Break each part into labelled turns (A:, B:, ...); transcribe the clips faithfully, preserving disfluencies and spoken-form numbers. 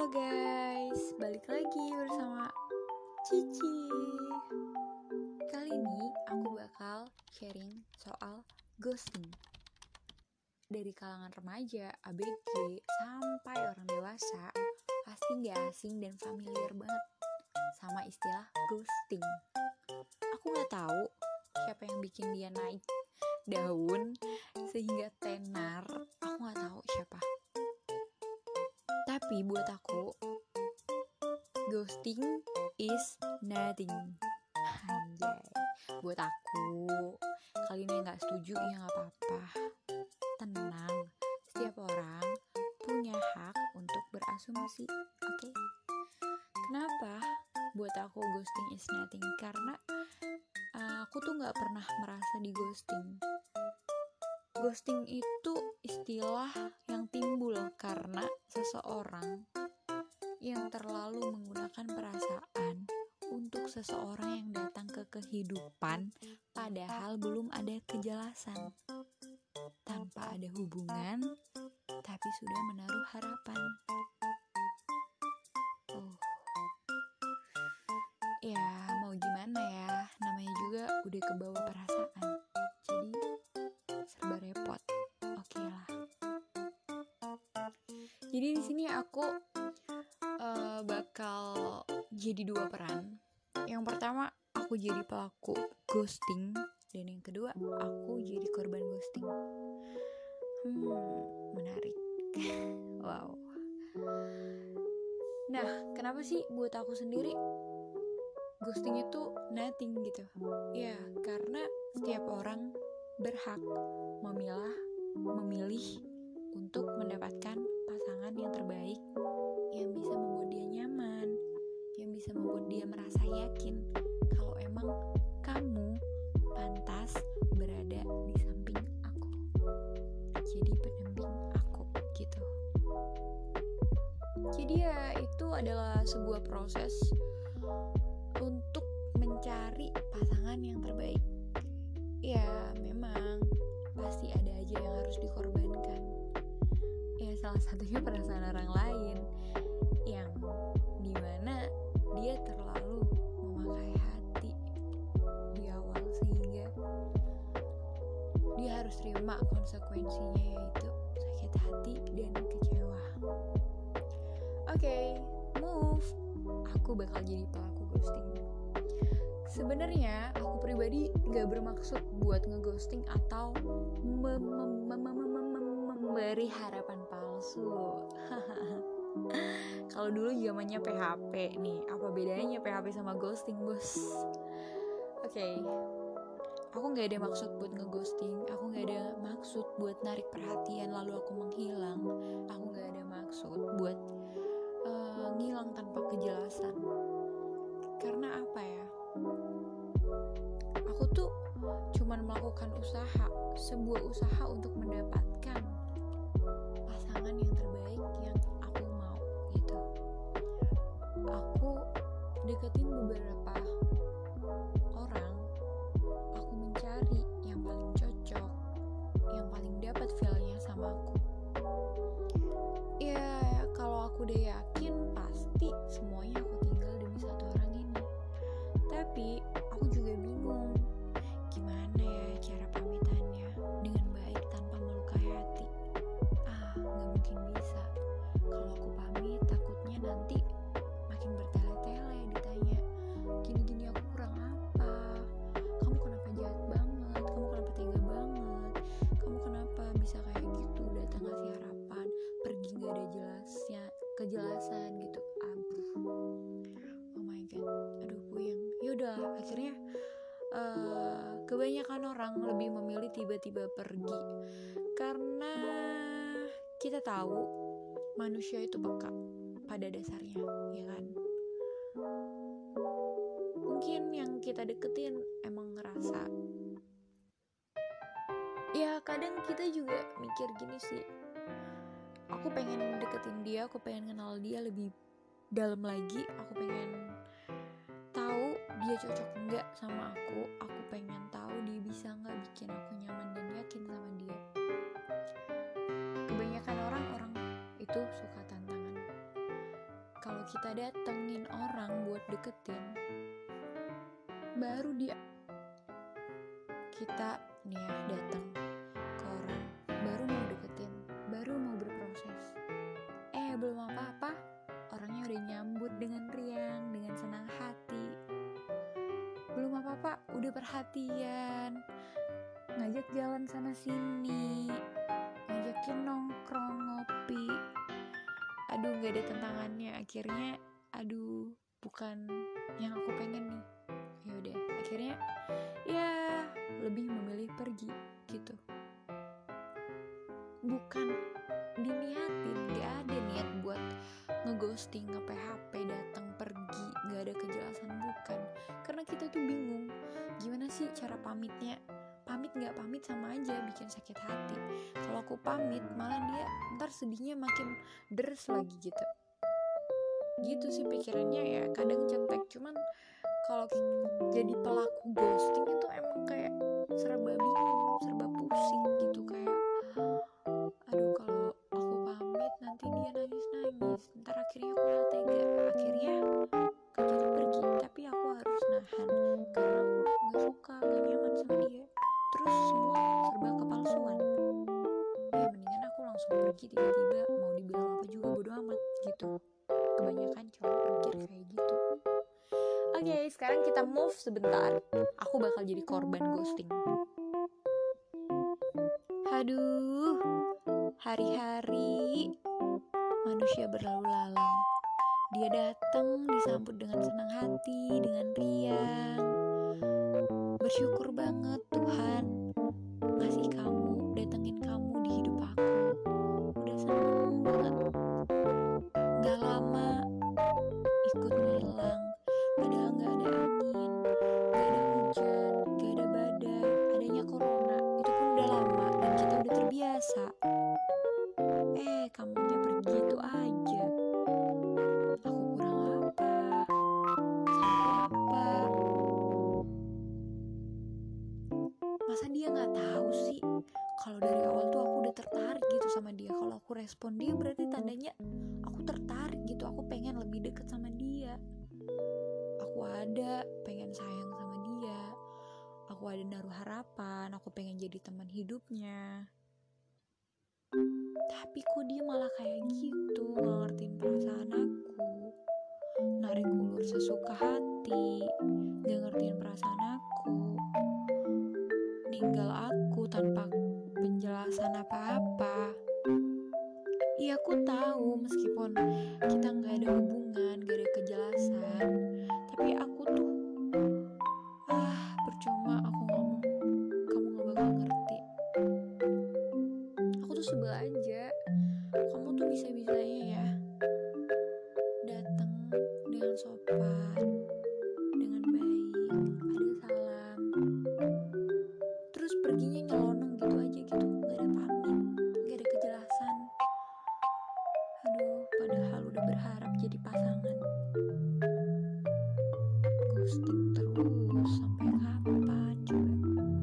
A: Halo guys, balik lagi bersama Cici. Kali ini aku bakal sharing soal ghosting. Dari kalangan remaja, A B G, sampai orang dewasa, pasti gak asing dan familiar banget sama istilah ghosting. Aku gak tahu siapa yang bikin dia naik daun sehingga tenar, aku gak tahu siapa. Tapi buat aku, ghosting is nothing. Anjay. Buat aku, kalian yang gak setuju ya gak apa-apa. Tenang, setiap orang punya hak untuk berasumsi, oke? Okay? Kenapa buat aku ghosting is nothing? Karena uh, aku tuh gak pernah merasa di ghosting. Ghosting itu istilah yang timbul karena seseorang yang terlalu menggunakan perasaan untuk seseorang yang datang ke kehidupan padahal belum ada kejelasan, tanpa ada hubungan tapi sudah menaruh harapan. Oh, ya mau gimana ya, namanya juga udah kebawa perasaan, jadi serba repot. Oke lah. Jadi di sini aku uh, bakal jadi dua peran. Yang pertama aku jadi pelaku ghosting, dan yang kedua aku jadi korban ghosting. Hmm, menarik. Wow. Nah, kenapa sih buat aku sendiri ghosting itu nothing gitu? Ya, karena setiap orang berhak memilah, memilih untuk mendapatkan pasangan yang terbaik, yang bisa membuat dia nyaman, yang bisa membuat dia merasa yakin kalau emang kamu pantas berada di samping aku, jadi pendamping aku gitu. Jadi ya itu adalah sebuah proses untuk mencari pasangan yang terbaik. Ya memang pasti ada aja yang harus dikorbankan. Ya salah satunya perasaan orang lain yang dimana dia terlalu memakai hati di awal sehingga dia harus terima konsekuensinya, yaitu sakit hati dan kecewa. Oke, okay, move. Aku bakal jadi pelaku ghosting. Sebenarnya aku pribadi gak bermaksud buat ngeghosting atau mem- mem- mem- mem- mem- mem- memberi harapan palsu. Kalau dulu zamannya P H P nih, apa bedanya P H P sama ghosting, bos? Oke, okay. Aku gak ada maksud buat ngeghosting, aku gak ada maksud buat narik perhatian lalu aku menghilang. Aku gak ada maksud buat uh, ngilang tanpa kejelasan. Karena apa ya? Aku tuh cuman melakukan usaha, sebuah usaha untuk mendapatkan pasangan yang terbaik yang aku mau gitu. Aku deketin beberapa orang, aku mencari yang paling cocok, yang paling dapat feel-nya sama aku. Ya kalau aku udah yakin pasti semuanya aku tinggal demi satu orang ini. Tapi aku juga bingung gimana ya cara pamitannya dengan baik tanpa melukai hati. Ah, gak mungkin bisa. Kalau aku pamit takutnya nanti makin bertele-tele ditanya, gini-gini aku kurang apa? Kamu kenapa jahat banget? Kamu kenapa tega banget? Kamu kenapa bisa kayak gitu? Datang ngasih harapan, pergi gak ada jelasnya, kejelasan gitu. Aduh. Oh my god. Aduh puyeng. Yaudah, akhirnya uh, kebanyakan orang lebih memilih tiba-tiba pergi karena kita tahu manusia itu peka pada dasarnya, ya kan? Mungkin yang kita deketin emang ngerasa, ya kadang kita juga mikir gini sih, aku pengen deketin dia, aku pengen kenal dia lebih dalam lagi, aku pengen tahu dia cocok enggak sama aku, aku pengen tahu dia bisa enggak bikin aku nyaman dan yakin sama dia. Kebanyakan orang-orang itu suka tantangan. kalau kita datengin orang buat deketin, baru dia kita nih ya datang ke orang, baru mau deketin, baru mau berproses, eh belum apa-apa orangnya udah nyambut dengan riang, dengan senang hati. Belum apa-apa udah perhatian, ngajak jalan sana sini, ngajakin nongkrong ngopi. Aduh gak ada tentangannya. Akhirnya aduh bukan yang aku pengen nih. Ya udah akhirnya ya lebih memilih pergi gitu. Bukan diniatin, gak ada niat buat ngeghosting, nge-P H P, datang pergi, gak ada kejelasan, bukan. Karena kita tuh bingung gimana sih cara pamitnya. Pamit gak pamit sama aja bikin sakit hati. Kalau aku pamit malah dia ntar sedihnya makin deres lagi gitu. Gitu sih pikirannya ya, kadang cetek. Cuman kalau jadi pelaku ghosting itu emang kayak serba bingung, serba pusing gitu. Kayak aduh kalau aku pamit nanti dia nangis-nangis, ntar akhirnya aku gak tega, akhirnya gak jadi pergi. Tapi aku harus nahan karena aku gak suka, gak nyaman sama dia. Terus semua serba kepalsuan. Ya mendingan aku langsung pergi tiba-tiba, mau dibilang apa juga bodo amat gitu. Kebanyakan cowok mikir kayak gitu. Oke, okay, sekarang kita move sebentar. Aku bakal jadi korban ghosting. Aduh, hari-hari manusia berlalu lalang. Dia datang disambut dengan senang hati, dengan riang. Bersyukur banget Tuhan ngasih kamu, datengin kamu di hidup aku. Udah seneng banget. Gak lama ikut ngilang. Padahal gak ada angin, gak ada hujan, gak ada badai, adanya corona. Itu pun udah lama dan kita udah terbiasa. Eh, kamunya pergi itu aja. Aku kurang apa? Salah apa? Masa dia gak tahu sih kalau dari awal tuh aku udah tertarik gitu sama dia. Kalau aku respon dia berarti tandanya aku tertarik gitu. Aku pengen lebih deket sama dia. Aku ada pengen sayang sama dia. Aku ada naruh harapan. Aku pengen jadi teman hidupnya. Tapi kok dia malah kayak gitu, gak ngertiin perasaan aku, narik ulur sesuka hati, gak ngertiin perasaan aku, ninggal aku tanpa penjelasan apa-apa. Iya aku tahu meskipun kita gak ada hubungan, gak ada kejelasan, tapi aku tuh ah percuma aku ngomong, kamu gak bakal ngerti. Aku tuh sebel aja. Kamu tuh bisa-bisanya ya datang dengan sopan, dengan baik, ada salam, terus perginya nyelonong gitu aja gitu, gak ada pamit, gak ada kejelasan. Aduh, padahal udah berharap jadi pasangan. Ghosting terus sampai kapan coba?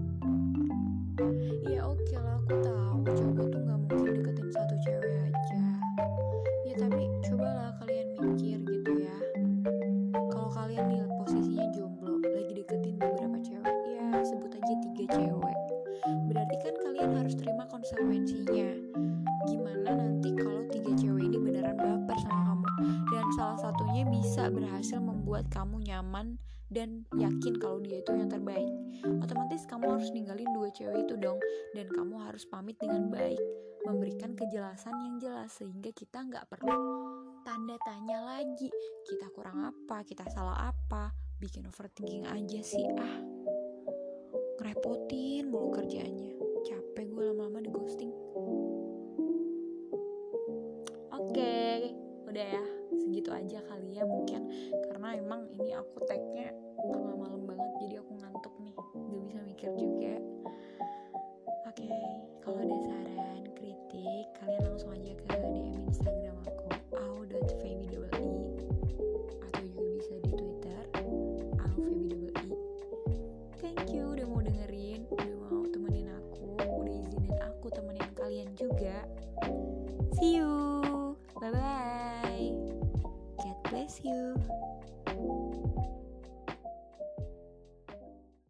A: Ya oke lah, aku tahu cowok tuh gak mungkin deketin satu cewek aja. Ya tapi cobalah kalian mikir gitu ya. Kalau kalian nih posisinya jomblo, lagi deketin beberapa cewek, ya sebut aja tiga cewek, berarti kan kalian harus terima konsekuensinya. Gimana nanti kalau tiga cewek ini beneran baper sama kamu dan salah satunya bisa berhasil membuat kamu nyaman dan yakin kalau dia itu yang terbaik, otomatis kamu harus ninggalin dua cewek itu dong. Dan kamu harus pamit dengan baik, memberikan kejelasan yang jelas, sehingga kita gak perlu tanda tanya lagi, kita kurang apa, kita salah apa. Bikin overthinking aja sih, ah ngerepotin mulu kerjaannya. Capek gue lama-lama di ghosting. Oke, okay, udah ya, segitu aja kali ya mungkin. Karena emang ini aku tag-nya tengah malam banget, jadi aku ngantuk nih, gak bisa mikir juga. Oke, okay, kalau ada saran, kritik, kalian langsung aja ke D M Instagram aku au dot feby atau juga bisa di Twitter au feby. Thank you udah mau dengerin, udah mau temenin aku, udah izinin aku temenin kalian juga. See you, bye bye. Get